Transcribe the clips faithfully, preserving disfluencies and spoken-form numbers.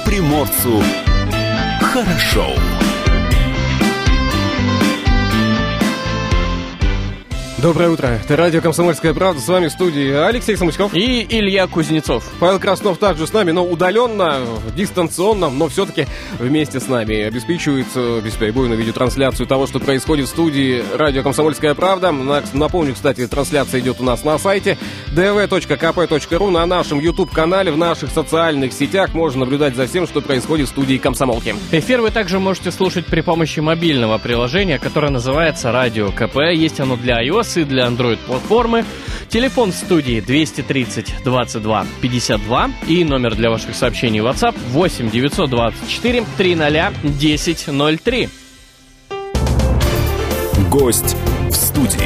приморцу хорошо. Доброе утро. Это радио «Комсомольская правда». С вами в студии Алексей Самучков и Илья Кузнецов. Павел Краснов также с нами, но удаленно, дистанционно, но все-таки вместе с нами обеспечивает бесперебойную видеотрансляцию того, что происходит в студии радио «Комсомольская правда». Напомню, кстати, трансляция идет у нас на сайте дэ вэ точка ка пэ точка ру, на нашем YouTube-канале, в наших социальных сетях можно наблюдать за всем, что происходит в студии «Комсомолки». Эфир вы также можете слушать при помощи мобильного приложения, которое называется «Радио ка пэ». Есть оно для iOS и для Android-платформы. Телефон в студии двести тридцать двадцать два пятьдесят два и номер для ваших сообщений в WhatsApp восемь девятьсот двадцать четыре триста десять ноль три. Гость в студии.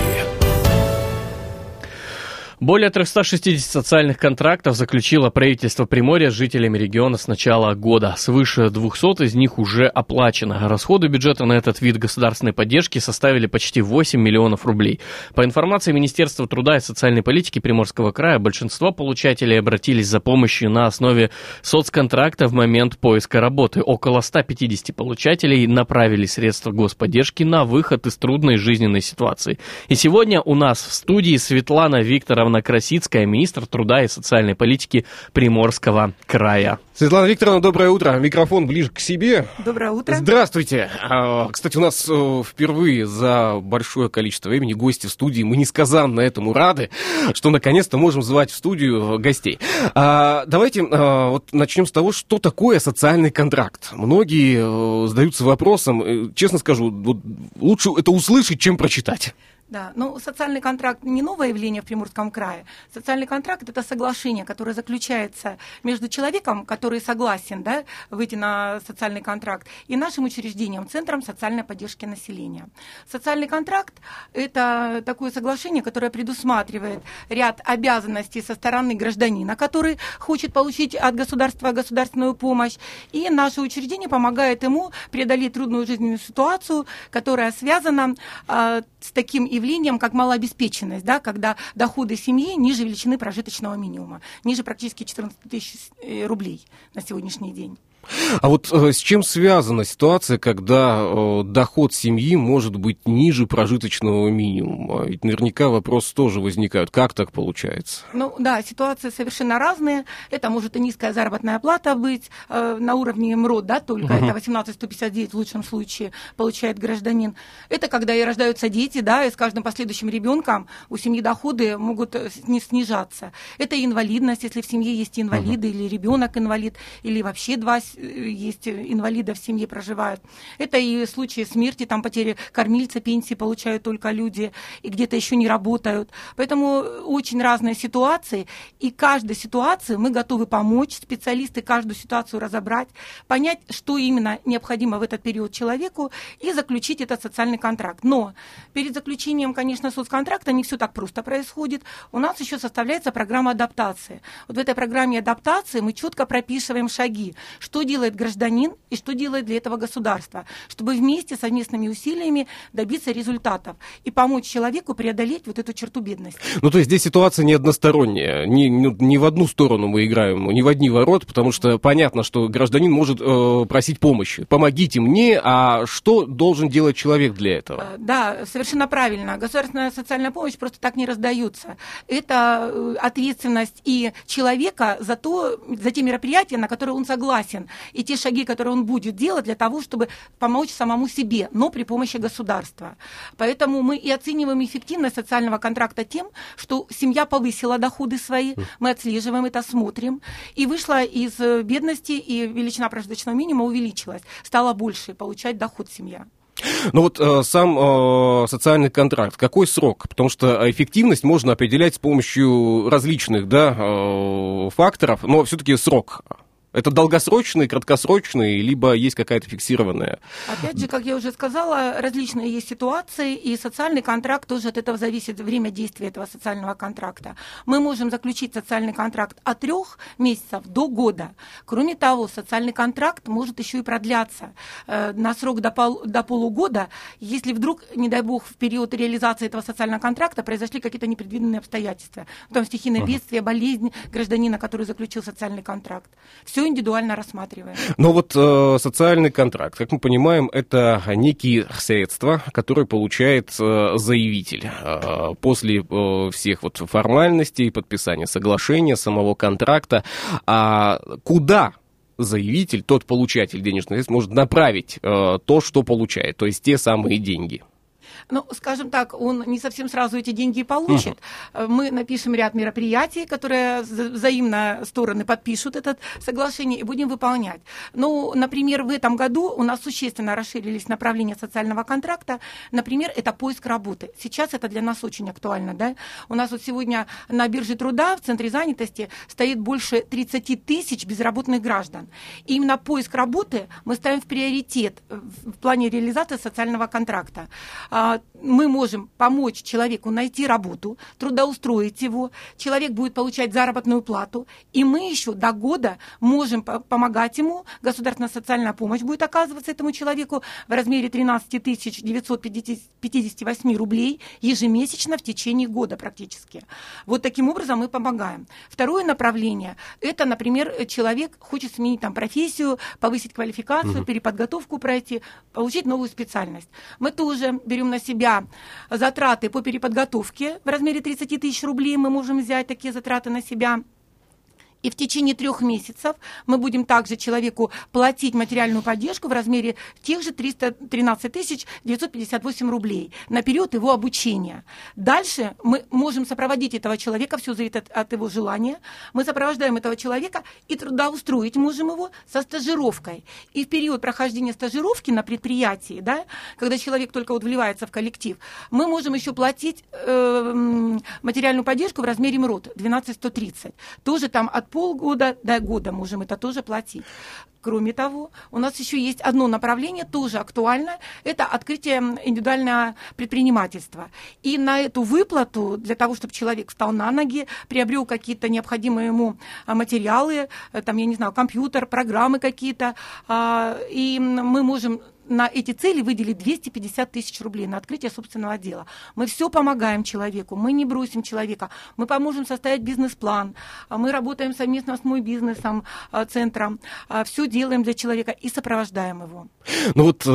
Более триста шестьдесят социальных контрактов заключило правительство Приморья с жителями региона с начала года. Свыше двухсот из них уже оплачено. Расходы бюджета на этот вид государственной поддержки составили почти восемь миллионов рублей. По информации Министерства труда и социальной политики Приморского края, большинство получателей обратились за помощью на основе соцконтракта в момент поиска работы. Около ста пятидесяти получателей направили средства господдержки на выход из трудной жизненной ситуации. И сегодня у нас в студии Светлана Викторовна Красицкая, министр труда и социальной политики Приморского края. Светлана Викторовна, доброе утро. Микрофон ближе к себе. Доброе утро. Здравствуйте. Кстати, у нас впервые за большое количество времени гости в студии. Мы несказанно этому рады, что наконец-то можем звать в студию гостей. Давайте вот начнем с того, что такое социальный контракт. Многие задаются вопросом, честно скажу, вот лучше это услышать, чем прочитать. Да, ну, социальный контракт не новое явление в Приморском крае. Социальный контракт – это соглашение, которое заключается между человеком, который согласен, да, выйти на социальный контракт, и нашим учреждением, Центром социальной поддержки населения. Социальный контракт – это такое соглашение, которое предусматривает ряд обязанностей со стороны гражданина, который хочет получить от государства государственную помощь, и наше учреждение помогает ему преодолеть трудную жизненную ситуацию, которая связана э, с таким явлением, как малообеспеченность, да, когда доходы семьи ниже величины прожиточного минимума, ниже практически четырнадцать тысяч рублей на сегодняшний день. А вот э, с чем связана ситуация, когда э, доход семьи может быть ниже прожиточного минимума? Ведь наверняка вопросы тоже возникают. Как так получается? Ну да, ситуации совершенно разные. Это может и низкая заработная плата быть э, на уровне МРОД, да, только uh-huh. это восемнадцать сто пятьдесят девять в лучшем случае получает гражданин. Это когда и рождаются дети, да, и с каждым последующим ребенком у семьи доходы могут не снижаться. Это и инвалидность, если в семье есть инвалиды, uh-huh. или ребенок инвалид, или вообще два есть инвалиды в семье проживают. Это и случаи смерти, там потери кормильца, пенсии получают только люди, и где-то еще не работают. Поэтому очень разные ситуации, и каждой ситуации мы готовы помочь, специалисты каждую ситуацию разобрать, понять, что именно необходимо в этот период человеку, и заключить этот социальный контракт. Но перед заключением, конечно, соцконтракта не все так просто происходит. У нас еще составляется программа адаптации. Вот в этой программе адаптации мы четко прописываем шаги, что делает гражданин и что делает для этого государство, чтобы вместе совместными усилиями добиться результатов и помочь человеку преодолеть вот эту черту бедности. Ну, то есть здесь ситуация не односторонняя, не, не в одну сторону мы играем, не в одни ворота, потому что понятно, что гражданин может э, просить помощи. Помогите мне, а что должен делать человек для этого? Да, совершенно правильно. Государственная социальная помощь просто так не раздается. Это ответственность и человека за, то, за те мероприятия, на которые он согласен, и те шаги, которые он будет делать для того, чтобы помочь самому себе, но при помощи государства. Поэтому мы и оцениваем эффективность социального контракта тем, что семья повысила доходы свои, мы отслеживаем это, смотрим, и вышла из бедности, и величина прожиточного минимума увеличилась, стала больше получать доход семья. Ну вот э, сам э, социальный контракт, какой срок? Потому что эффективность можно определять с помощью различных, да, э, факторов, но все-таки срок. Это долгосрочный, краткосрочный, либо есть какая-то фиксированная? Опять же, как я уже сказала, различные есть ситуации, и социальный контракт тоже от этого зависит, время действия этого социального контракта. Мы можем заключить социальный контракт от трех месяцев до года. Кроме того, социальный контракт может еще и продляться э, на срок до, пол, до полугода, если вдруг, не дай бог, в период реализации этого социального контракта произошли какие-то непредвиденные обстоятельства. Потом стихийное бедствие, болезнь гражданина, который заключил социальный контракт. Все все индивидуально рассматриваем. Но вот э, социальный контракт, как мы понимаем, это некие средства, которые получает э, заявитель э, после э, всех вот формальностей, подписания соглашения, самого контракта. А куда заявитель, тот получатель денежных средств, может направить э, то, что получает, то есть те самые деньги? Ну, скажем так, он не совсем сразу эти деньги и получит. Uh-huh. Мы напишем ряд мероприятий, которые взаимно стороны подпишут это соглашение и будем выполнять. Ну, например, в этом году у нас существенно расширились направления социального контракта. Например, это поиск работы. Сейчас это для нас очень актуально, да? У нас вот сегодня на бирже труда в центре занятости стоит больше тридцать тысяч безработных граждан. И именно поиск работы мы ставим в приоритет в плане реализации социального контракта. Мы можем помочь человеку найти работу, трудоустроить его, человек будет получать заработную плату, и мы еще до года можем помогать ему, государственная социальная помощь будет оказываться этому человеку в размере тринадцать тысяч девятьсот пятьдесят восемь рублей ежемесячно в течение года практически. Вот таким образом мы помогаем. Второе направление, это, например, человек хочет сменить там профессию, повысить квалификацию, угу. переподготовку пройти, получить новую специальность. Мы тоже берем на себя затраты по переподготовке в размере тридцать тысяч рублей, мы можем взять такие затраты на себя. И в течение трех месяцев мы будем также человеку платить материальную поддержку в размере тех же триста тринадцать тысяч девятьсот пятьдесят восемь рублей на период его обучения. Дальше мы можем сопроводить этого человека, все зависит от, от его желания. Мы сопровождаем этого человека и трудоустроить можем его со стажировкой. И в период прохождения стажировки на предприятии, да, когда человек только вот вливается в коллектив, мы можем еще платить э, материальную поддержку в размере МРОТ двенадцать сто тридцать. Тоже там от полгода до года можем это тоже платить. Кроме того, у нас еще есть одно направление, тоже актуально, это открытие индивидуального предпринимательства. И на эту выплату, для того, чтобы человек встал на ноги, приобрел какие-то необходимые ему материалы, там, я не знаю, компьютер, программы какие-то, и мы можем на эти цели выделить двести пятьдесят тысяч рублей на открытие собственного дела. Мы все помогаем человеку, мы не бросим человека, мы поможем составить бизнес-план, мы работаем совместно с «Мой бизнесом», центром, все делаем для человека и сопровождаем его. Ну вот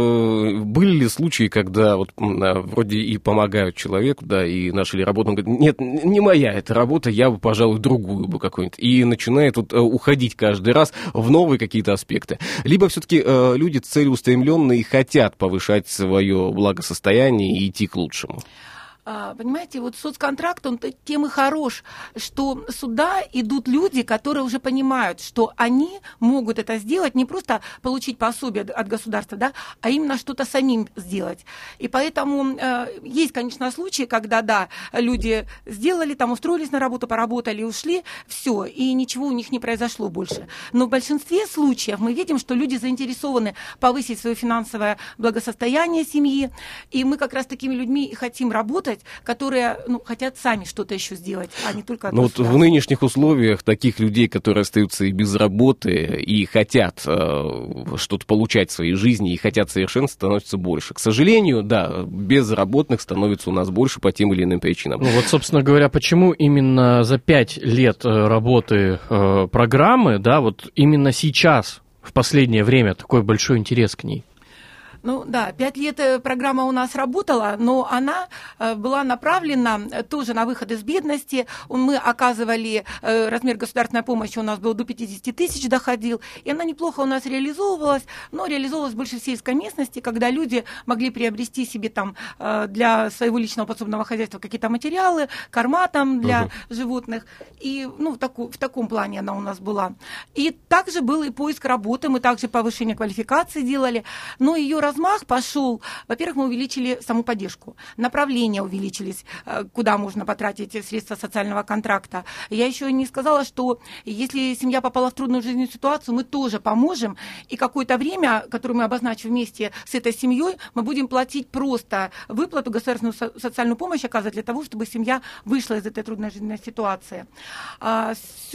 э, были ли случаи, когда вот вроде и помогают человеку, да, и нашли работу, он говорит, нет, не моя эта работа, я бы, пожалуй, другую бы какую-нибудь, и начинает вот уходить каждый раз в новые какие-то аспекты. Либо все-таки э, люди целеустремленные и хотят повышать свое благосостояние и идти к лучшему. Понимаете, вот соцконтракт, он тем и хорош, что сюда идут люди, которые уже понимают, что они могут это сделать, не просто получить пособие от государства, да, а именно что-то самим сделать. И поэтому э, есть, конечно, случаи, когда, да, люди сделали, там устроились на работу, поработали, ушли, все, и ничего у них не произошло больше. Но в большинстве случаев мы видим, что люди заинтересованы повысить свое финансовое благосостояние семьи, и мы как раз с такими людьми и хотим работать, которые, ну, хотят сами что-то еще сделать, а не только... Но вот в нынешних условиях таких людей, которые остаются и без работы, и хотят э, что-то получать в своей жизни, и хотят совершенства, становится больше. К сожалению, да, безработных становится у нас больше по тем или иным причинам. Ну, вот, собственно говоря, почему именно за пять лет работы э, программы, да, вот именно сейчас, в последнее время, такой большой интерес к ней? Ну да, пять лет программа у нас работала, но она была направлена тоже на выход из бедности. Мы оказывали, размер государственной помощи у нас был до пятьдесят тысяч доходил, и она неплохо у нас реализовывалась, но реализовывалась больше в сельской местности, когда люди могли приобрести себе там для своего личного подсобного хозяйства какие-то материалы, корма там для uh-huh. животных, и ну, в, таку, в таком плане она у нас была. И также был и поиск работы, мы также повышение квалификации делали, но ее размах пошел. Во-первых, мы увеличили саму поддержку, направления увеличились, куда можно потратить средства социального контракта. Я еще не сказала, что если семья попала в трудную жизненную ситуацию, мы тоже поможем, и какое-то время, которое мы обозначим вместе с этой семьей, мы будем платить просто выплату, государственную социальную помощь оказывать для того, чтобы семья вышла из этой трудной жизненной ситуации. С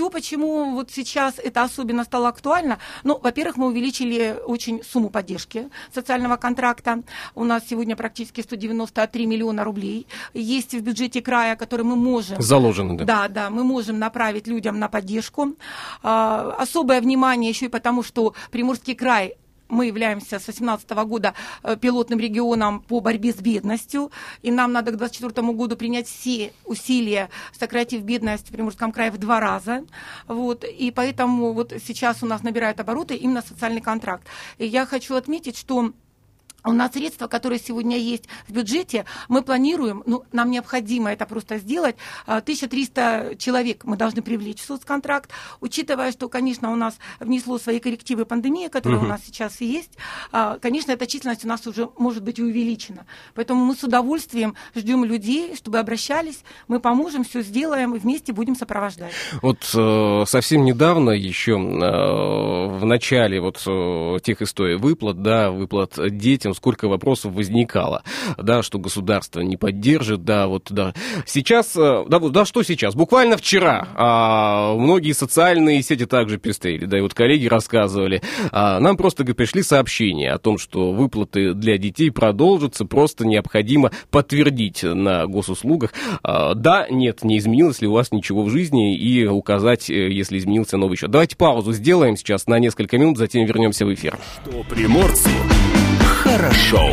все, почему вот сейчас это особенно стало актуально? Ну, во-первых, мы увеличили очень сумму поддержки социального контракта. У нас сегодня практически сто девяносто три миллиона рублей есть в бюджете края, который мы можем... Заложено, да? Да, да, мы можем направить людям на поддержку. А, особое внимание еще и потому, что Приморский край, мы являемся с две тысячи восемнадцатого года пилотным регионом по борьбе с бедностью, и нам надо к две тысячи двадцать четвёртому году принять все усилия, сократив бедность в Приморском крае в два раза. Вот, и поэтому вот сейчас у нас набирает обороты именно социальный контракт. И я хочу отметить, что у нас средства, которые сегодня есть в бюджете, мы планируем, ну, нам необходимо это просто сделать, тысяча триста человек мы должны привлечь в соцконтракт, учитывая, что, конечно, у нас внесло свои коррективы пандемия, которая угу. у нас сейчас есть, конечно, эта численность у нас уже может быть и увеличена. Поэтому мы с удовольствием ждем людей, чтобы обращались, мы поможем, все сделаем, и вместе будем сопровождать. Вот э, совсем недавно, еще э, в начале вот э, тех историй выплат, да, выплат детям, сколько вопросов возникало, да, что государство не поддержит, да, вот, да. Сейчас, да, да, что сейчас? Буквально вчера а, многие социальные сети также пестрели, да, и вот коллеги рассказывали, а, нам просто пришли сообщения о том, что выплаты для детей продолжатся, просто необходимо подтвердить на госуслугах, а, да, нет, не изменилось ли у вас ничего в жизни, и указать, если изменился новый счет. Давайте паузу сделаем сейчас на несколько минут, затем вернемся в эфир. Что приморцу хорошо.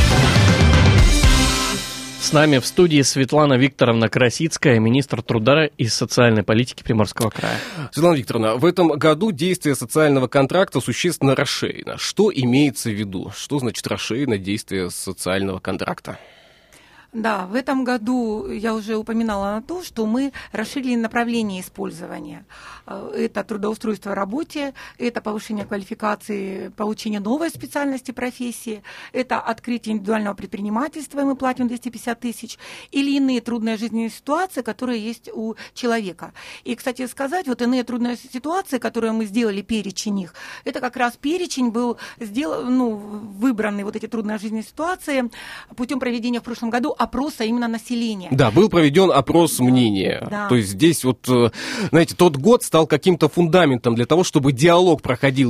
С нами в студии Светлана Викторовна Красицкая, министр труда и социальной политики Приморского края. Светлана Викторовна, в этом году действие социального контракта существенно расширено. Что имеется в виду? Что значит расширено действие социального контракта? Да, в этом году я уже упоминала на то, что мы расширили направление использования. Это трудоустройство в работе, это повышение квалификации, получение новой специальности профессии, это открытие индивидуального предпринимательства, и мы платим двести пятьдесят тысяч, или иные трудные жизненные ситуации, которые есть у человека. И, кстати сказать, вот иные трудные ситуации, которые мы сделали, перечень их, это как раз перечень был сделан, ну, выбраны вот эти трудные жизненные ситуации путем проведения в прошлом году опроса именно населения. Да, был проведен опрос мнения. Да. То есть здесь вот, знаете, тот год стал каким-то фундаментом для того, чтобы диалог проходил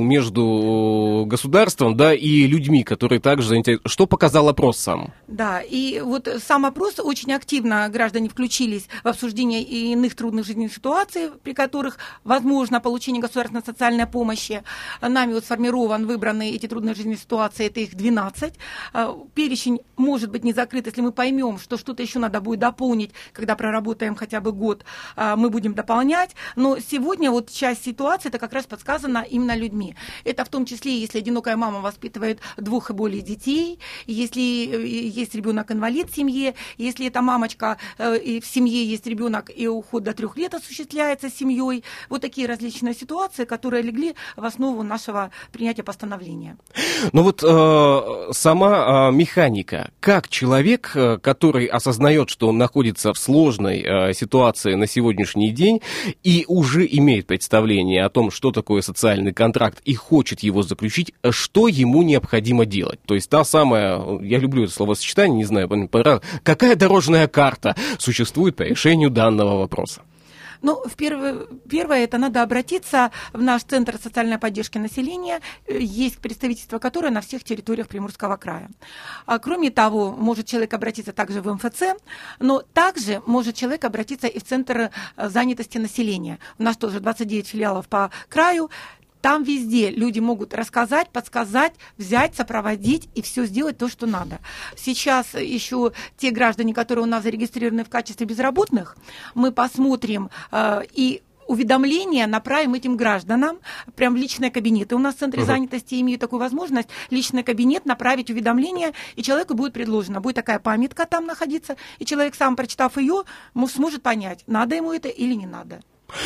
между государством, да, и людьми, которые также заинтересованы. Что показал опрос сам? Да, и вот сам опрос очень активно граждане включились в обсуждение иных трудных жизненных ситуаций, при которых возможно получение государственной социальной помощи. Нами вот сформирован, выбраны эти трудные жизненные ситуации, это их двенадцать. Перечень может быть не закрыт, если мы поймем, что что-то еще надо будет дополнить, когда проработаем хотя бы год, мы будем дополнять. Но сегодня вот часть ситуации, это как раз подсказана именно людьми. Это в том числе, если одинокая мама воспитывает двух и более детей, если есть ребенок-инвалид в семье, если эта мамочка и в семье есть ребенок, и уход до трех лет осуществляется семьей. Вот такие различные ситуации, которые легли в основу нашего принятия постановления. Ну вот э, сама э, механика. Как человек, э, который осознает, что он находится в сложной э, ситуации на сегодняшний день и уже имеет представление о том, что такое социальный контракт и хочет его заключить, что ему необходимо делать? То есть та самая, я люблю это словосочетание, не знаю, какая дорожная карта существует по решению данного вопроса? Ну, в первое, первое, это надо обратиться в наш Центр социальной поддержки населения. Есть представительство, которое на всех территориях Приморского края. А, кроме того, может человек обратиться также в эм эф цэ, но также может человек обратиться и в Центр занятости населения. У нас тоже двадцать девять филиалов по краю. Там везде люди могут рассказать, подсказать, взять, сопроводить и все сделать то, что надо. Сейчас еще те граждане, которые у нас зарегистрированы в качестве безработных, мы посмотрим э, и уведомления направим этим гражданам прямо в личные кабинеты. У нас в Центре uh-huh. занятости имеют такую возможность личный кабинет направить уведомление, и человеку будет предложено. Будет такая памятка там находиться, и человек сам, прочитав ее, сможет понять, надо ему это или не надо.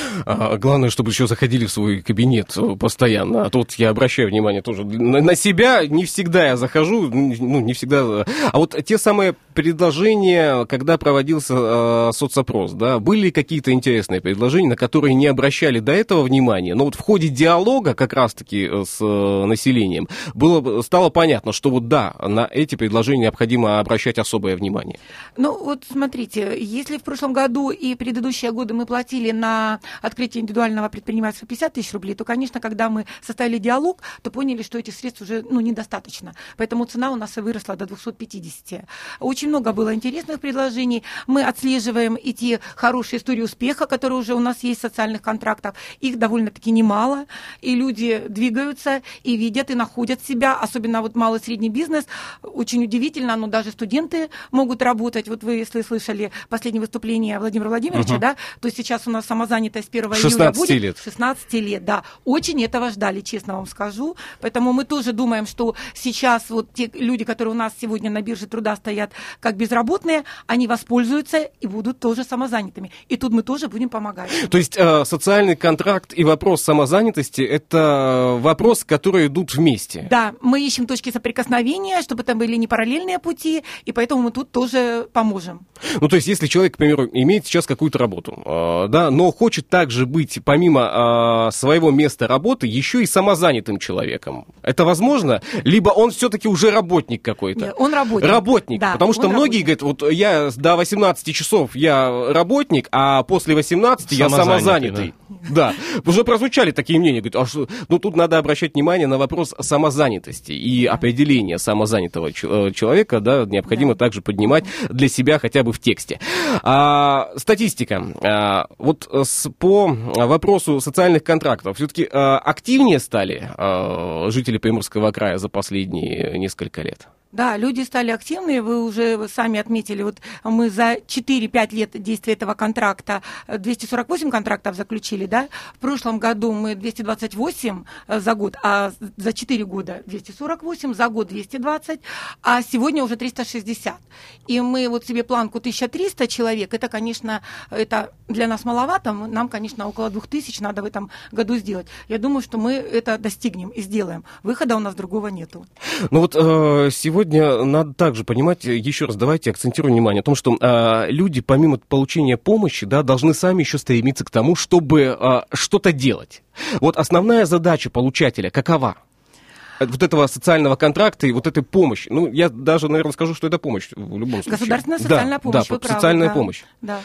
А, главное, чтобы еще заходили в свой кабинет постоянно. А тут я обращаю внимание тоже на, на себя. Не всегда я захожу, ну, не всегда. А вот те самые предложения, когда проводился э, соцопрос, да, были какие-то интересные предложения, на которые не обращали до этого внимания. Но вот в ходе диалога как раз-таки с э, населением было, стало понятно, что вот да, на эти предложения необходимо обращать особое внимание. Ну вот смотрите, если в прошлом году и предыдущие годы мы платили на на открытие индивидуального предпринимательства пятьдесят тысяч рублей, то, конечно, когда мы составили диалог, то поняли, что этих средств уже ну, недостаточно. Поэтому цена у нас и выросла до двести пятьдесят. Очень много было интересных предложений. Мы отслеживаем и те хорошие истории успеха, которые уже у нас есть в социальных контрактах. Их довольно-таки немало. И люди двигаются, и видят, и находят себя. Особенно вот малый и средний бизнес. Очень удивительно, но даже студенты могут работать. Вот вы, если слышали последнее выступление Владимира Владимировича, угу. да, то сейчас у нас самозанятость первого июля будет. лет. шестнадцать лет, да. Очень этого ждали, честно вам скажу. Поэтому мы тоже думаем, что сейчас вот те люди, которые у нас сегодня на бирже труда стоят как безработные, они воспользуются и будут тоже самозанятыми. И тут мы тоже будем помогать. То есть э, социальный контракт и вопрос самозанятости – это вопросы, которые идут вместе? Да, мы ищем точки соприкосновения, чтобы там были не параллельные пути, и поэтому мы тут тоже поможем. Ну, то есть, если человек, к примеру, имеет сейчас какую-то работу, э, да, но хочет также быть, помимо э, своего места работы, еще и самозанятым человеком, это возможно? Либо он все-таки уже работник какой-то? Нет, он работник. Работник, да, потому что многие работник. говорят, вот я до восемнадцати часов я работник, а после восемнадцати я самозанятый. Да. да, уже прозвучали такие мнения, говорят, а что? Ну, тут надо обращать внимание на вопрос самозанятости и да. определение самозанятого человека, да, необходимо да. также поднимать для себя хотя бы в тексте. А, статистика. А, вот с, по вопросу социальных контрактов все-таки а, активнее стали а, жители Приморского края за последние несколько лет? Да, люди стали активные, вы уже сами отметили, вот мы за четыре-пять лет действия этого контракта двести сорок восемь контрактов заключили, да, в прошлом году мы двести двадцать восемь за год, а за четыре года двести сорок восемь, за год двести двадцать, а сегодня уже триста шестьдесят. И мы вот себе планку тысяча триста человек, это, конечно, это для нас маловато, нам, конечно, около двух тысяч надо в этом году сделать. Я думаю, что мы это достигнем и сделаем. Выхода у нас другого нету. Ну вот э, сегодня Сегодня надо также понимать, еще раз давайте акцентируем внимание, о том, что э, люди, помимо получения помощи, да, должны сами еще стремиться к тому, чтобы э, что-то делать. Вот основная задача получателя какова? Вот этого социального контракта и вот этой помощи. Ну, я даже, наверное, скажу, что это помощь в любом случае. Государственная социальная да, помощь. Да, вы правы, социальная да, помощь. Да.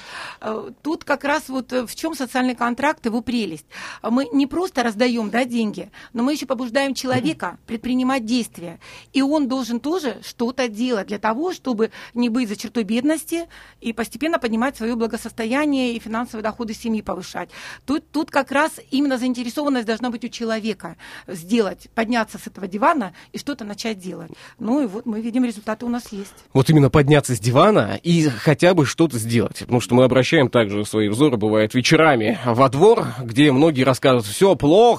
Тут как раз вот в чем социальный контракт, его прелесть. Мы не просто раздаем, да, деньги, но мы еще побуждаем человека предпринимать действия. И он должен тоже что-то делать для того, чтобы не быть за чертой бедности и постепенно поднимать свое благосостояние и финансовые доходы семьи повышать. Тут, тут как раз именно заинтересованность должна быть у человека сделать, подняться с этого дивана и что-то начать делать. Ну и вот мы видим, результаты у нас есть. Вот именно подняться с дивана и хотя бы что-то сделать. Потому что мы обращаем также свои взоры, бывает, вечерами во двор, где многие рассказывают, все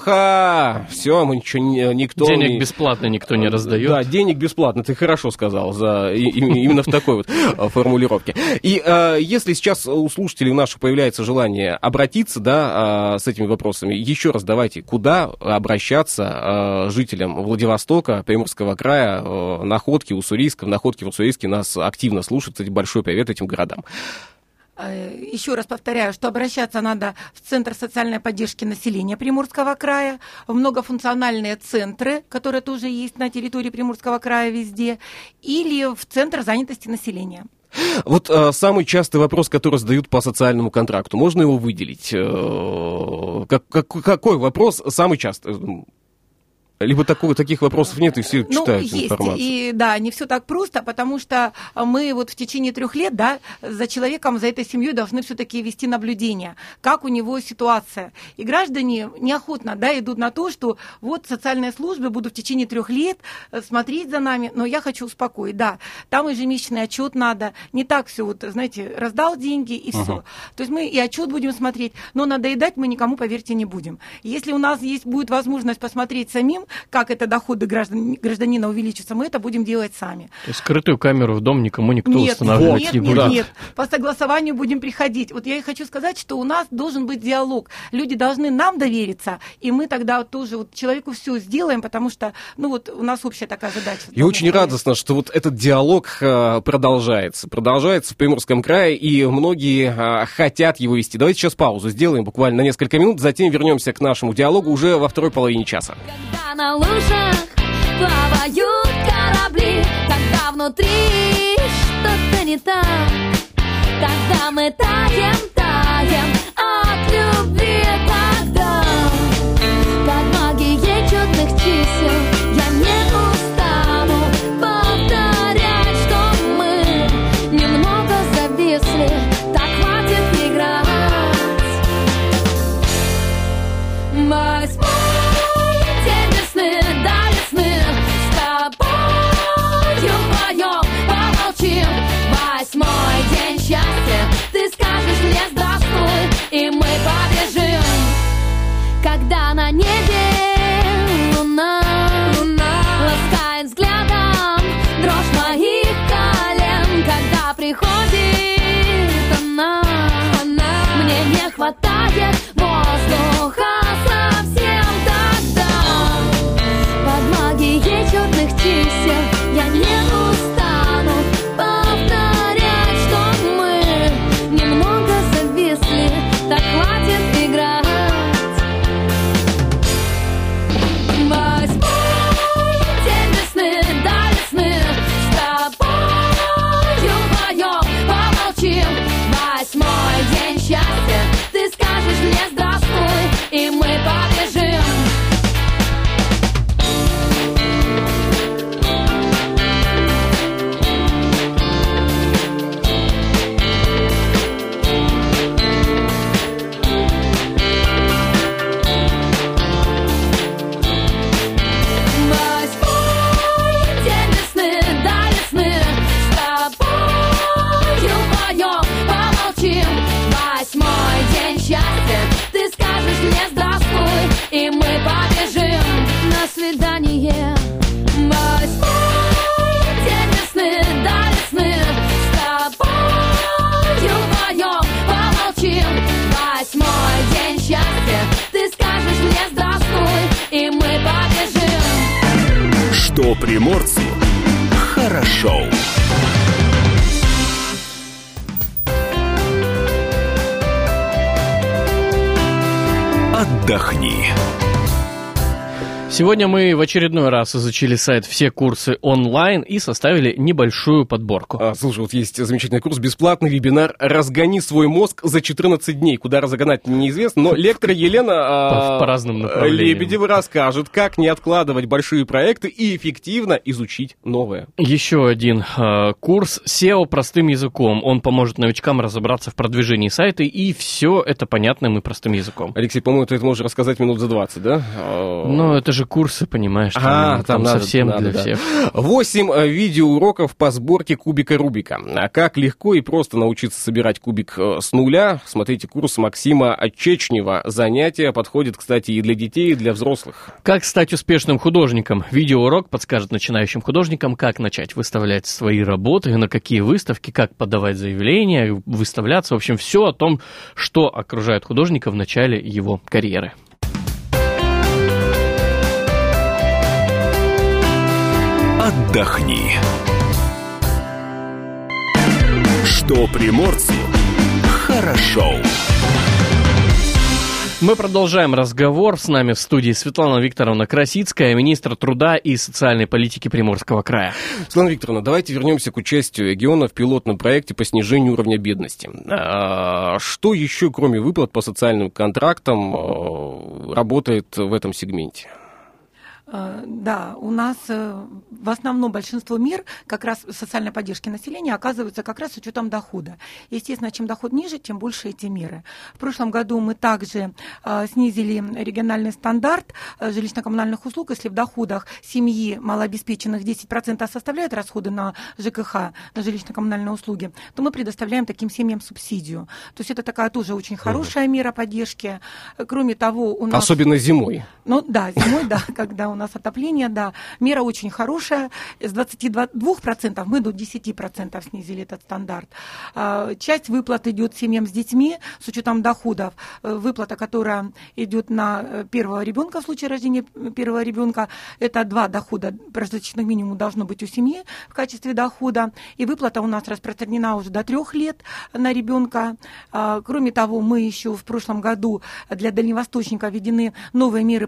плохо, все, мы ничего, никто... Денег не... бесплатно никто не раздает. Да, денег бесплатно, ты хорошо сказал, за... именно в такой вот формулировке. И э, если сейчас у слушателей наших появляется желание обратиться, да, э, с этими вопросами, еще раз давайте, куда обращаться э, жителям Владивостока, Приморского края, э, Находки, Уссурийска. В Находке, в Уссурийске нас активно слушают. Кстати, большой привет этим городам. Еще раз повторяю, что обращаться надо в Центр социальной поддержки населения Приморского края, в многофункциональные центры, которые тоже есть на территории Приморского края везде, или в Центр занятости населения. Вот э, самый частый вопрос, который задают по социальному контракту, можно его выделить? Э, как, как, какой вопрос самый частый? Либо такого, таких вопросов нет, и все ну, читают есть, информацию. И да, не все так просто, потому что мы вот в течение трех лет, да, за человеком, за этой семьей должны все-таки вести наблюдение, как у него ситуация. И граждане неохотно, да, идут на то, что вот социальные службы будут в течение трех лет смотреть за нами, но я хочу успокоить, да, там ежемесячный отчет надо, не так все, вот, знаете, раздал деньги и все. Uh-huh. То есть мы и отчет будем смотреть, но надоедать мы никому, поверьте, не будем. Если у нас есть будет возможность посмотреть самим, как это доходы граждан, гражданина увеличатся, мы это будем делать сами. То есть скрытую камеру в дом никому никто нет, устанавливать нет, не нет, будет? Нет, нет, по согласованию будем приходить. Вот я и хочу сказать, что у нас должен быть диалог. Люди должны нам довериться, и мы тогда тоже вот человеку все сделаем, потому что, ну вот у нас общая такая задача. И очень радостно, что вот этот диалог продолжается. Продолжается в Приморском крае, и многие хотят его вести. Давайте сейчас паузу сделаем буквально на несколько минут, затем вернемся к нашему диалогу уже во второй половине часа. На лужах плавают корабли, когда внутри что-то не так, тогда мы таем, таем от любви тогда. Под магией чудных чисел я не устану повторять, что мы немного зависли, так хватит играть. Восьмой день весны, до весны с тобою вдвоем помолчим. Восьмой день счастья, ты скажешь мне здравствуй, и мы побежим. Когда на небе луна, луна ласкает взглядом дрожь моих колен, когда приходит она, она мне не хватает воздуха совсем тогда. Под магией черных чисел я не устану повторять, что мы немного зависли, так хватит играть. Восьмой день весны, до весны с тобою вдвоем помолчим. Восьмой день счастья, ты скажешь мне здравствуй, и мы побежим. Восьмой день весны, до весны с тобою вдвоем помолчим. Восьмой день счастья, ты скажешь мне здравствуй, и мы побежим на свидание. Восьмой день весны, до весны с тобою вдвоем помолчим. Восьмой день счастья, ты скажешь мне здравствуй, и мы побежим. Что приморцу хорошо. Отдохни. Сегодня мы в очередной раз изучили сайт «Все курсы онлайн» и составили небольшую подборку. А, слушай, вот есть замечательный курс, бесплатный вебинар «Разгони свой мозг за четырнадцать дней». Куда разогнать, неизвестно, но лектор Елена По, а, по разным направлениям. Лебедева расскажет, как не откладывать большие проекты и эффективно изучить новое. Еще один э, курс сео простым языком. Он поможет новичкам разобраться в продвижении сайта, и все это понятным и простым языком. Алексей, по-моему, ты это можешь рассказать минут за двадцать, да? Ну, это же курсы, понимаешь, там, А, там, там надо, совсем надо, для да. всех. Восемь э, видеоуроков по сборке кубика Рубика. А как легко и просто научиться собирать кубик э, с нуля? Смотрите курс Максима Чечнева. Занятия подходят, кстати, и для детей, и для взрослых. Как стать успешным художником? Видеоурок подскажет начинающим художникам, как начать выставлять свои работы, на какие выставки, как подавать заявления, выставляться. В общем, все о том, что окружает художника в начале его карьеры. Отдохни. Что приморцу хорошо. Мы продолжаем разговор. С нами в студии Светлана Викторовна Красицкая, министр труда и социальной политики Приморского края. Светлана Викторовна, давайте вернемся к участию региона в пилотном проекте по снижению уровня бедности. А, что еще, кроме выплат по социальным контрактам, работает в этом сегменте? Да, у нас в основном большинство мер как раз социальной поддержки населения оказывается как раз с учетом дохода. Естественно, чем доход ниже, тем больше эти меры. В прошлом году мы также снизили региональный стандарт жилищно-коммунальных услуг. Если в доходах семьи малообеспеченных десять процентов составляют расходы на ЖКХ, на жилищно-коммунальные услуги, то мы предоставляем таким семьям субсидию. То есть это такая тоже очень хорошая мера поддержки. Кроме того, у нас... Особенно зимой. Ну да, зимой, да, когда у нас отопление, да. Мера очень хорошая. С двадцати двух процентов мы до десяти процентов снизили этот стандарт. Часть выплат идет семьям с детьми с учетом доходов. Выплата, которая идет на первого ребенка в случае рождения первого ребенка, это два дохода прожиточных минимум должно быть у семьи в качестве дохода. И выплата у нас распространена уже до трех лет на ребенка. Кроме того, мы еще в прошлом году для дальневосточников введены новые меры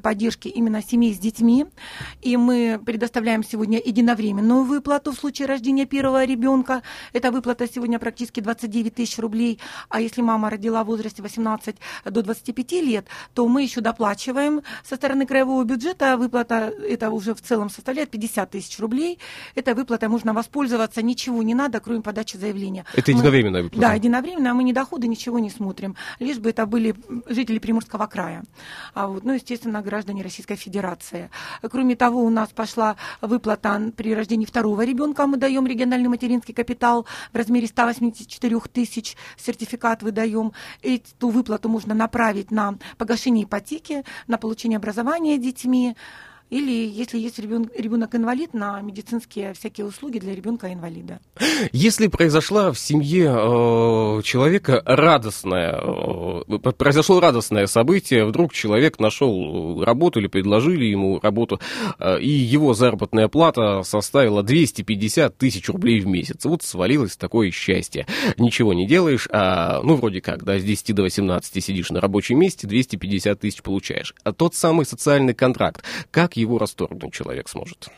поддержки именно семей с детьми. И мы предоставляем сегодня единовременную выплату в случае рождения первого ребенка. Эта выплата сегодня практически двадцать девять тысяч рублей. А если мама родила в возрасте восемнадцать до двадцати пяти лет, то мы еще доплачиваем со стороны краевого бюджета. Выплата это уже в целом составляет пятьдесят тысяч рублей. Этой выплатой можно воспользоваться, ничего не надо, кроме подачи заявления. Это мы... единовременная выплата? Да, единовременно, мы ни доходы, ничего не смотрим. Лишь бы это были жители Приморского края. А вот, ну, естественно, граждане Российской Федерации. Кроме того, у нас пошла выплата при рождении второго ребенка. Мы даем региональный материнский капитал в размере ста восьмидесяти четырёх тысяч. Сертификат выдаем. Эту выплату можно направить на погашение ипотеки, на получение образования детьми. Или, если есть ребенок-инвалид, на медицинские всякие услуги для ребенка-инвалида. Если произошла в семье э, человека радостное, э, произошло радостное событие, вдруг человек нашел работу или предложили ему работу, э, и его заработная плата составила двести пятьдесят тысяч рублей в месяц. Вот свалилось такое счастье. Ничего не делаешь, а, ну, вроде как, да, с десяти до восемнадцати сидишь на рабочем месте, двести пятьдесят тысяч получаешь. А тот самый социальный контракт, как его расторгнуть человек сможет?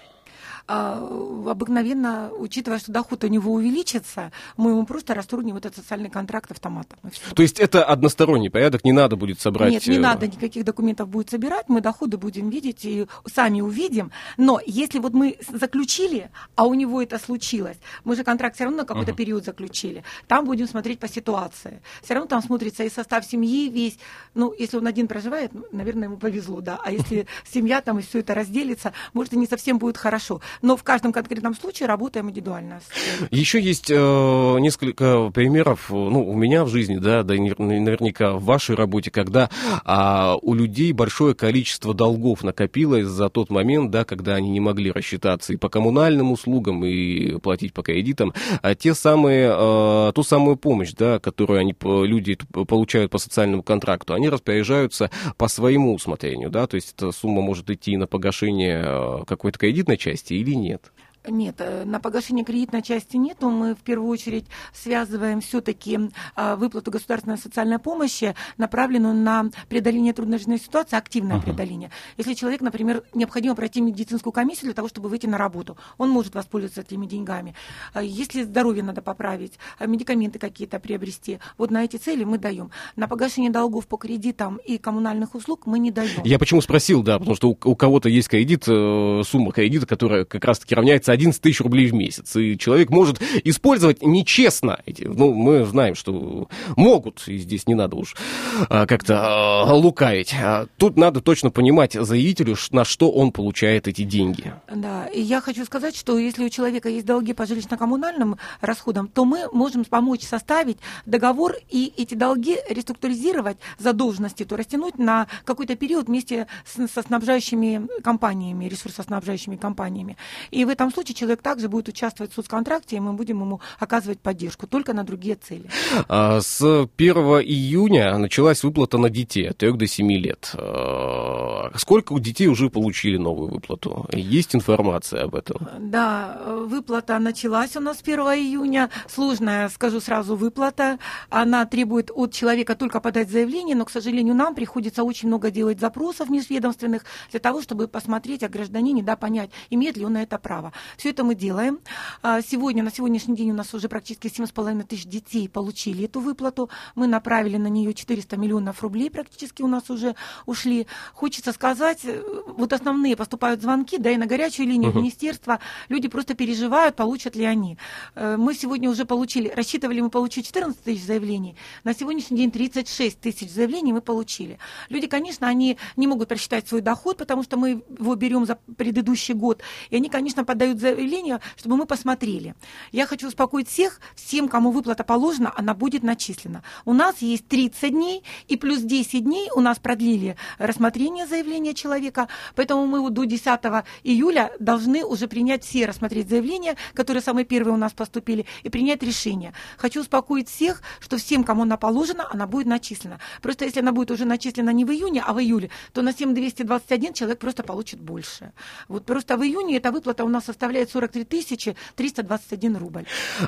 Обыкновенно, учитывая, что доход у него увеличится, мы ему просто расторгнем вот этот социальный контракт автоматом. То есть это односторонний порядок, не надо будет собрать... Нет, не надо никаких документов будет собирать, мы доходы будем видеть и сами увидим. Но если вот мы заключили, а у него это случилось, мы же контракт все равно на какой-то uh-huh. период заключили, там будем смотреть по ситуации. Все равно там смотрится и состав семьи весь. Ну, если он один проживает, наверное, ему повезло, да. А если семья там и все это разделится, может, и не совсем будет хорошо. Но в каждом конкретном случае работаем индивидуально. Еще есть э, несколько примеров, ну, у меня в жизни, да, да, наверняка в вашей работе, когда а, у людей большое количество долгов накопилось за тот момент, да, когда они не могли рассчитаться и по коммунальным услугам, и платить по кредитам, а те самые, э, ту самую помощь, да, которую они, люди получают по социальному контракту, они распоряжаются по своему усмотрению, да, то есть эта сумма может идти на погашение какой-то кредитной части или нет? Нет, на погашение кредитной части нету. Мы в первую очередь связываем все-таки выплату государственной социальной помощи, направленную на преодоление трудной жизненной ситуации, активное uh-huh. преодоление. Если человек, например, необходимо пройти медицинскую комиссию для того, чтобы выйти на работу, он может воспользоваться этими деньгами. Если здоровье надо поправить, медикаменты какие-то приобрести, вот на эти цели мы даем. На погашение долгов по кредитам и коммунальных услуг мы не даем. Я почему спросил, да, потому что у, у кого-то есть кредит, сумма кредита, которая как раз-таки равняется одиннадцать тысяч рублей в месяц, и человек может использовать нечестно эти, ну, мы знаем, что могут, и здесь не надо уж а, как-то а, лукавить. А, тут надо точно понимать заявителю, на что он получает эти деньги. Да, и я хочу сказать, что если у человека есть долги по жилищно-коммунальным расходам, то мы можем помочь составить договор и эти долги реструктуризировать, задолженности, то растянуть на какой-то период вместе с, со снабжающими компаниями, ресурсоснабжающими компаниями. И в этом случае человек также будет участвовать в соцконтракте, и мы будем ему оказывать поддержку, только на другие цели. А с первого июня началась выплата на детей от трёх до семи лет. Сколько детей уже получили новую выплату? Есть информация об этом? Да, выплата началась у нас с первого июня. Сложная, скажу сразу, выплата. Она требует от человека только подать заявление, но, к сожалению, нам приходится очень много делать запросов межведомственных для того, чтобы посмотреть о гражданине, да, понять, имеет ли он на это право. Все это мы делаем. Сегодня, на сегодняшний день у нас уже практически семь с половиной тысяч детей получили эту выплату. Мы направили на нее четыреста миллионов рублей, практически у нас уже ушли. Хочется сказать, вот основные поступают звонки, да и на горячую линию uh-huh. министерства. Люди просто переживают, получат ли они. Мы сегодня уже получили, рассчитывали мы получить четырнадцать тысяч заявлений. На сегодняшний день тридцать шесть тысяч заявлений мы получили. Люди, конечно, они не могут просчитать свой доход, потому что мы его берем за предыдущий год. И они, конечно, подают заявление, чтобы мы посмотрели. Я хочу успокоить всех, всем, кому выплата положена, она будет начислена. У нас есть тридцать дней, и плюс десять дней у нас продлили рассмотрение заявления человека, поэтому мы вот до десятого июля должны уже принять все, рассмотреть заявления, которые самые первые у нас поступили, и принять решение. Хочу успокоить всех, что всем, кому она положена, она будет начислена. Просто если она будет уже начислена не в июне, а в июле, то на семь тысяч двести двадцать один человек просто получит больше. Вот просто в июне эта выплата у нас составляет сорок три тысячи триста двадцать один рубль.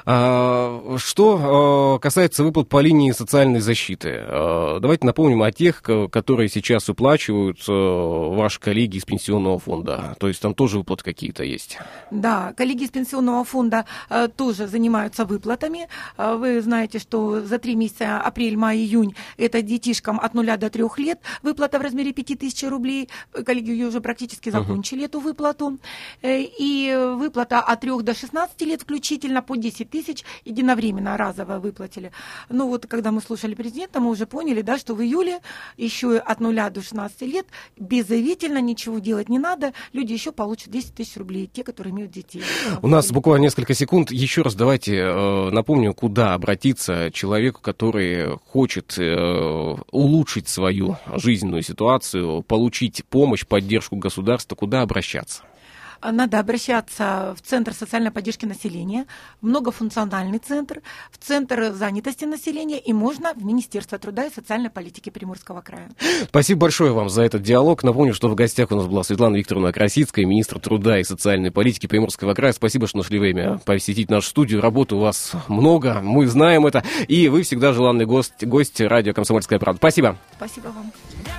А, что а, касается выплат по линии социальной защиты, а, давайте напомним о тех, которые сейчас уплачивают ваши коллеги из Пенсионного фонда? То есть там тоже выплаты какие-то есть? Да, коллеги из Пенсионного фонда э, тоже занимаются выплатами. Э, вы знаете, что за три месяца, апрель, май, июнь, это детишкам от нуля до трех лет выплата в размере пяти тысяч рублей. Коллеги ее уже практически закончили, uh-huh. эту выплату. Э, и выплата от трёх до шестнадцати лет включительно по десять тысяч единовременно разово выплатили. Ну вот, когда мы слушали президента, мы уже поняли, да, что в июле еще от нуля до шестнадцати лет беззаявительно ничего делать не надо. Люди еще получат десять тысяч рублей, те, которые имеют детей. У нас буквально несколько секунд. Еще раз давайте э, напомню, куда обратиться человеку, который хочет э, улучшить свою жизненную ситуацию, получить помощь, поддержку государства. Куда обращаться? Надо обращаться в Центр социальной поддержки населения, многофункциональный центр, в Центр занятости населения и можно в Министерство труда и социальной политики Приморского края. Спасибо большое вам за этот диалог. Напомню, что в гостях у нас была Светлана Викторовна Красицкая, министр труда и социальной политики Приморского края. Спасибо, что нашли время посетить нашу студию. Работы у вас много, мы знаем это. И вы всегда желанный гость, гость радио «Комсомольская правда». Спасибо. Спасибо вам.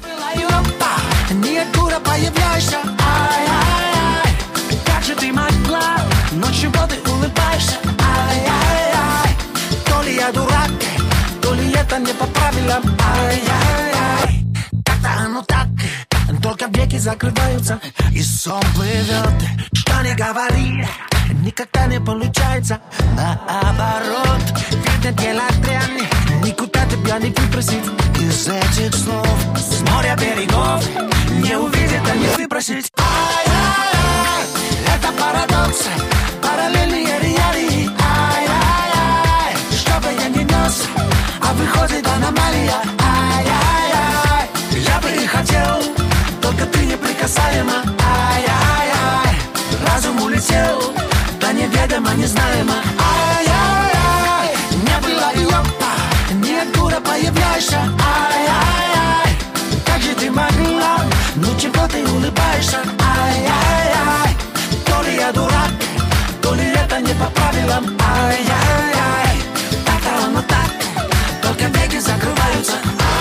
Как же ты могла, но чего ты улыбаешься? Ай-яй-яй, то ли я дурак, то ли это не по правилам. Ай-яй-яй, как-то оно так, только веки закрываются и сон плывет. Что не говори, никогда не получается. Наоборот, видно дело дрянь, никуда тебя не выбросить из этих снов. С моря берегов не увидит, а не выбросить. Ай-яй-яй, это парадокс, параллельные реалии. Ай-яй-яй, что бы я ни нес, а выходит аномалия. Ай-яй-яй, я бы и хотел, только ты неприкасаема. Ай-яй-яй, разум улетел, да неведомо, незнаемо. Ай-яй-яй, не было и опа, ниоткуда появляешься. Ай-яй-яй, как же ты могла, ну чего ты улыбаешься? Ай-яй-яй, то ли я дурак, то ли это не по правилам. Ай-яй-яй, так-то оно так, только веки закрываются.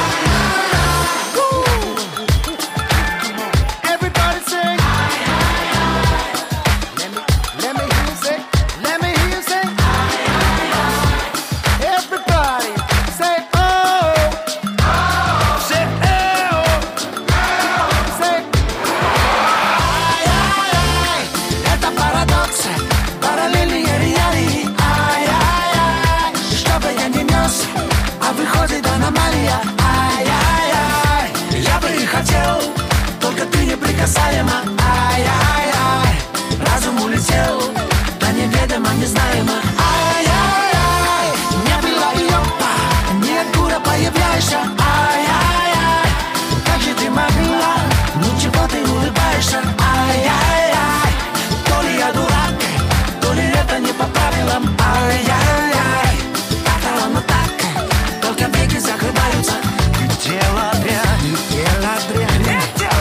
Только ты неприкасаема. Ай-яй-яй, разум улетел, да неведомо, незнаемо. Ай-яй-яй, не было и опа, ниоткуда появляешься. Ай-яй-яй, как же ты могла, ну чего ты улыбаешься? Ай-яй-яй, то ли я дурак, то ли это не по правилам. Ай-яй-яй, так-то оно так, только веки закрываются. Дело дрянь, дело дрянь.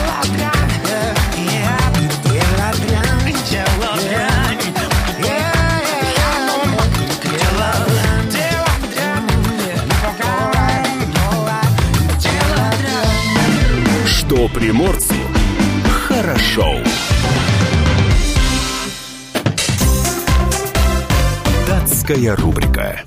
Что приморцу хорошо. Датская рубрика.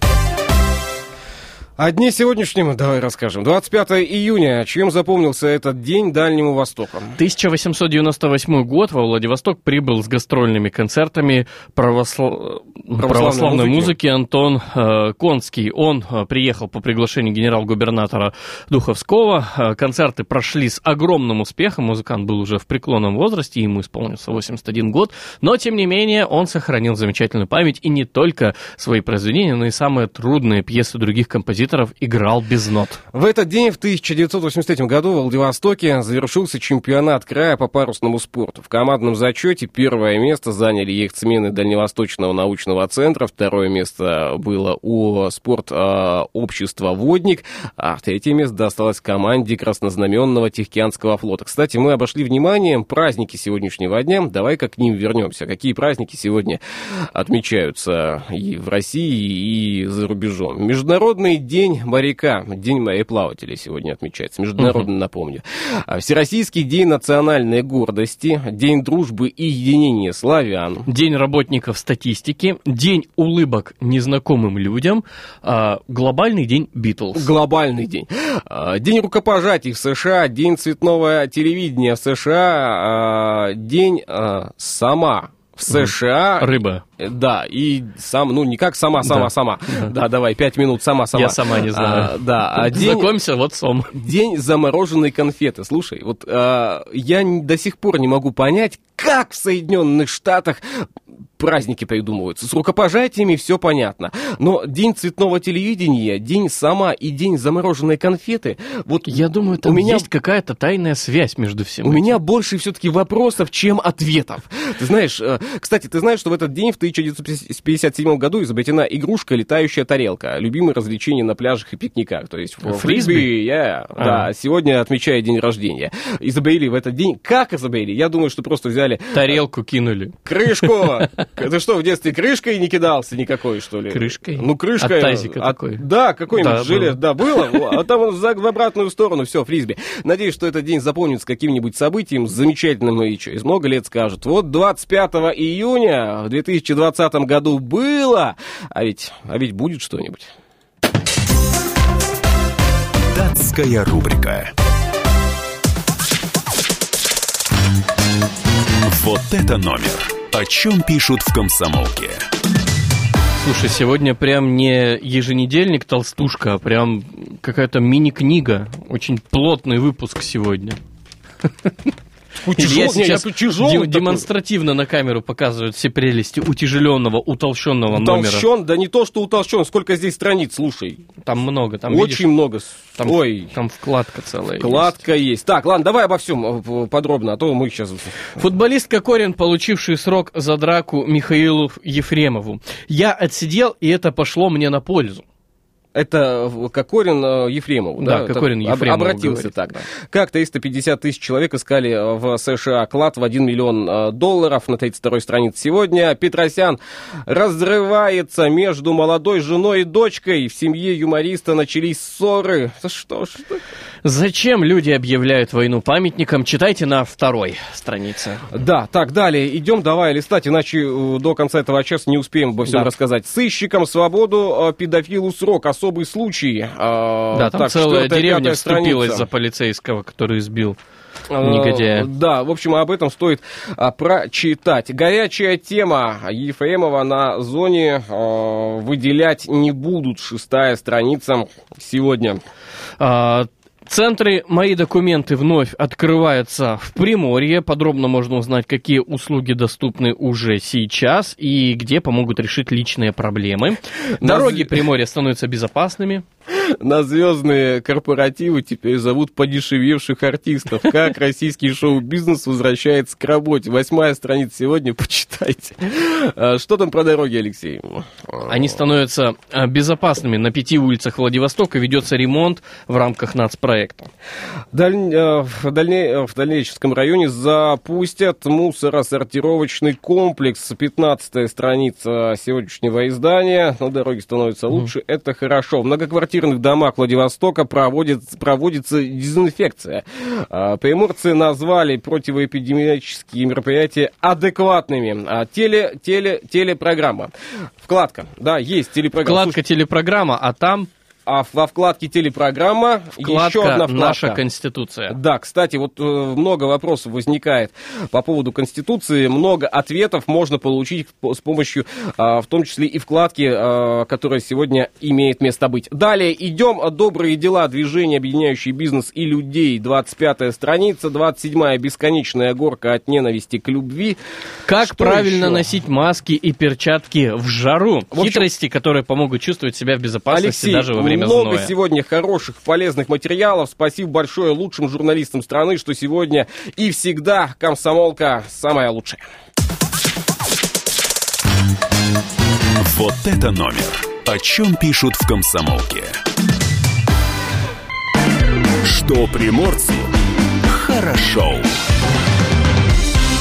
О дне сегодняшнем давай расскажем. двадцать пятого июня. Чем запомнился этот день Дальнему Востоку? тысяча восемьсот девяносто восьмой год во Владивосток прибыл с гастрольными концертами православ... православной, православной музыки Антон э, Конский. Он э, приехал по приглашению генерал-губернатора Духовского. Э, концерты прошли с огромным успехом. Музыкант был уже в преклонном возрасте, ему исполнился восемьдесят один год. Но, тем не менее, он сохранил замечательную память и не только свои произведения, но и самые трудные пьесы других композиторов играл без нот. В этот день, в тысяча девятьсот восемьдесят третьем году, в Владивостоке завершился чемпионат края по парусному спорту. В командном зачете первое место заняли яхтсмены Дальневосточного научного центра, второе место было у спорт-общества «Водник», а третье место досталось команде Краснознаменного Тихоокеанского флота. Кстати, мы обошли вниманием праздники сегодняшнего дня. Давай-ка к ним вернемся. Какие праздники сегодня отмечаются и в России, и за рубежом? Международный день день моряка, день мореплавателей сегодня отмечается, международно, напомню. Всероссийский день национальной гордости, день дружбы и единения славян. День работников статистики, день улыбок незнакомым людям, а, глобальный день Битлз. Глобальный день. А, день рукопожатий в США, день цветного телевидения в США, а, день а, сама в США. Рыба. Да, и сам, ну, не как сама-сама-сама. Да. да, давай, пять минут сама-сама. Я сама не знаю. А, да, а день... Знакомься, вот сом. День замороженной конфеты. Слушай, вот а, я до сих пор не могу понять, как в Соединенных Штатах праздники придумываются. С рукопожатиями все понятно. Но день цветного телевидения, день сама и день замороженной конфеты... Вот я думаю, там у меня... есть какая-то тайная связь между всем У этим. меня больше все-таки вопросов, чем ответов. Ты знаешь, кстати, ты знаешь, что в этот день, в тысяча девятьсот пятьдесят седьмом году, изобретена игрушка «Летающая тарелка». Любимое развлечение на пляжах и пикниках. То есть фрисби? Yeah, а. Да, сегодня отмечает день рождения. Изобрели в этот день. Как изобрели? Я думаю, что просто взяли... Тарелку кинули. Крышку! Ты что, в детстве крышкой не кидался никакой, что ли? Крышкой? Ну, крышкой. От тазика от, такой. Да, какой-нибудь да, желез. Да, было. А там за, в обратную сторону все, фрисби. Надеюсь, что этот день запомнится каким-нибудь событием замечательным и через много лет скажут. Вот двадцать пятого июня в две тысячи двадцатом году было, а ведь, а ведь будет что-нибудь. Датская рубрика. Вот это номер. О чем пишут в «Комсомолке». Слушай, сегодня прям не еженедельник «Толстушка», а прям какая-то мини-книга. Очень плотный выпуск сегодня. Утяжел... Я сейчас не, я тяжелый демонстративно такой. На камеру показывают все прелести утяжеленного, утолщенного номера. Утолщен, да не то, что утолщен, сколько здесь страниц, слушай. Там много, там очень видишь, много. Там, Ой, там вкладка целая. Вкладка есть. есть. Так, ладно, давай обо всем подробно, а то мы сейчас... Футболист Кокорин, получивший срок за драку Михаилу Ефремову. Я отсидел, и это пошло мне на пользу. Это Кокорин Ефремову, да? Да, Кокорин Ефремову обратился говорит, так. Да. Как триста пятьдесят тысяч человек искали в США клад в один миллион долларов на тридцать второй странице сегодня. Петросян разрывается между молодой женой и дочкой. В семье юмориста начались ссоры. Что, что? Зачем люди объявляют войну памятникам? Читайте на второй странице. Да, так, далее идем, давай листать, иначе до конца этого часа не успеем обо всем да. рассказать. Сыщикам свободу, педофилу срок. Особый случай. Да, там так, целая деревня вступилась страница. За полицейского, который избил негодяя. Да, в общем, об этом стоит а, прочитать. Горячая тема. Ефремова на зоне а, выделять не будут. Шестая страница сегодня. А... Центры «Мои документы» вновь открываются в Приморье. Подробно можно узнать, какие услуги доступны уже сейчас и где помогут решить личные проблемы. Дороги Наз... Приморья становятся безопасными. На звездные корпоративы теперь зовут подешевевших артистов. Как российский шоу-бизнес возвращается к работе. Восьмая страница сегодня, почитайте. Что там про дороги, Алексей? Они становятся безопасными. На пяти улицах Владивостока ведется ремонт в рамках нацпроекта. Даль... В, дальне... в Дальнеческом районе запустят мусоросортировочный комплекс. Пятнадцатая страница сегодняшнего издания. Но дороги становятся лучше. Mm. Это хорошо. В многоквартирных домах Владивостока проводит, проводится дезинфекция. Приморцы назвали противоэпидемиологические мероприятия адекватными. Теле, теле, телепрограмма. Вкладка. Да, есть телепрограмма. Вкладка Слушай, телепрограмма, а там... А во вкладке телепрограмма вкладка еще одна вкладка. «Наша Конституция». Да, кстати, вот э, много вопросов возникает по поводу Конституции. Много ответов можно получить с помощью, э, в том числе и вкладки, э, которая сегодня имеет место быть. Далее идем. Добрые дела, движение, объединяющее бизнес и людей. двадцать пятая страница. двадцать седьмая. Бесконечная горка от ненависти к любви. Как Что правильно еще? носить маски и перчатки в жару. В общем, хитрости, которые помогут чувствовать себя в безопасности Алексей, даже во время много зноя. Сегодня хороших, полезных материалов. Спасибо большое лучшим журналистам страны, что сегодня и всегда «Комсомолка» самая лучшая. Вот это номер. О чем пишут в «Комсомолке». Что приморцу хорошо.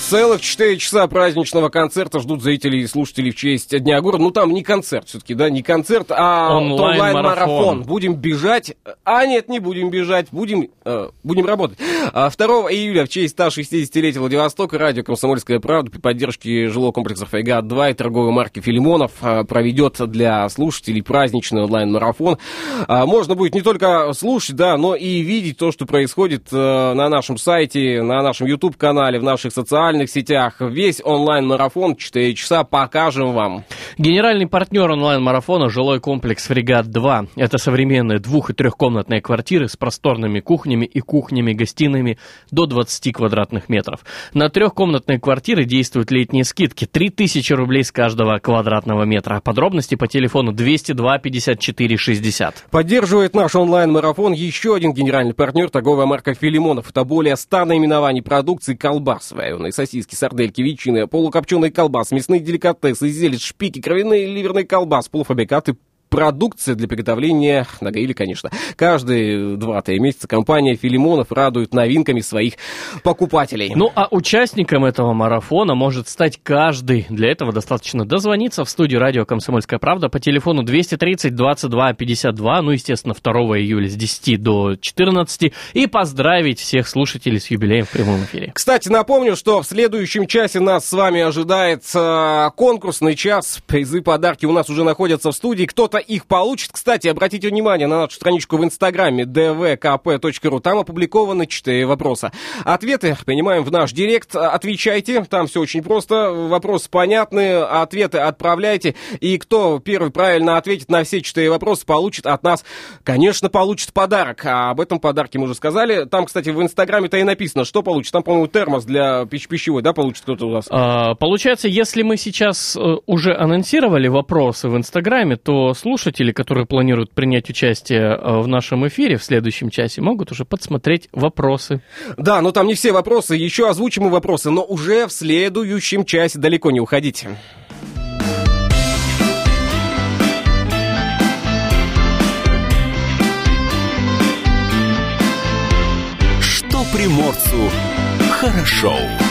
Целых четыре часа праздничного концерта ждут зрителей и слушателей в честь Дня города. Ну, там не концерт все-таки, да, не концерт, а онлайн-марафон. онлайн-марафон. Будем бежать. А нет, не будем бежать, будем, э, будем работать. второго июля в честь ста шестидесятилетия Владивостока радио «Комсомольская правда» при поддержке жилого комплекса «Фрегат-два» и торговой марки «Филимонов» проведет для слушателей праздничный онлайн-марафон. Можно будет не только слушать, да, но и видеть то, что происходит на нашем сайте, на нашем YouTube-канале, в наших социальных сетях. Весь онлайн-марафон, четыре часа, покажем вам. Генеральный партнер онлайн-марафона — жилой комплекс «Фрегат-два». Это современные двух- и трехкомнатные квартиры с просторными кухнями и кухнями-гостиными до двадцати квадратных метров. На трехкомнатные квартиры действуют летние скидки — три тысячи рублей с каждого квадратного метра. Подробности по телефону двести два пятьдесят четыре шестьдесят. Поддерживает наш онлайн-марафон еще один генеральный партнер — торговая марка «Филимонов». Это более ста наименований продукции колбас, вареные сосиски, сардельки, ветчины, полукопченые колбасы, мясные деликатесы, зелень, шпики, кровяные ливерные колбасы, полуфабрикаты, продукция для приготовления на гриле, конечно. Каждые два-три месяца компания «Филимонов» радует новинками своих покупателей. Ну, а участником этого марафона может стать каждый. Для этого достаточно дозвониться в студию радио «Комсомольская правда» по телефону двести тридцать двадцать два пятьдесят два, ну, естественно, второго июля с десяти до четырнадцати, и поздравить всех слушателей с юбилеем в прямом эфире. Кстати, напомню, что в следующем часе нас с вами ожидает э, конкурсный час. Призы, подарки у нас уже находятся в студии. Кто-то их получит. Кстати, обратите внимание на нашу страничку в инстаграме ди ви ка пэ точка ру. Там опубликованы четыре вопроса. Ответы принимаем в наш директ. Отвечайте. Там все очень просто. Вопросы понятны. Ответы отправляйте. И кто первый правильно ответит на все четыре вопроса, получит от нас, конечно, получит подарок. А об этом подарке мы уже сказали. Там, кстати, в инстаграме-то и написано, что получит. Там, по-моему, термос для пищ- пищевой, да, получит кто-то у вас? А, получается, если мы сейчас э, уже анонсировали вопросы в инстаграме, то слушатели, которые планируют принять участие в нашем эфире в следующем часе, могут уже подсмотреть вопросы. Да, но там не все вопросы, еще озвучим и вопросы, но уже в следующем часе. Далеко не уходите. Что приморцу хорошо.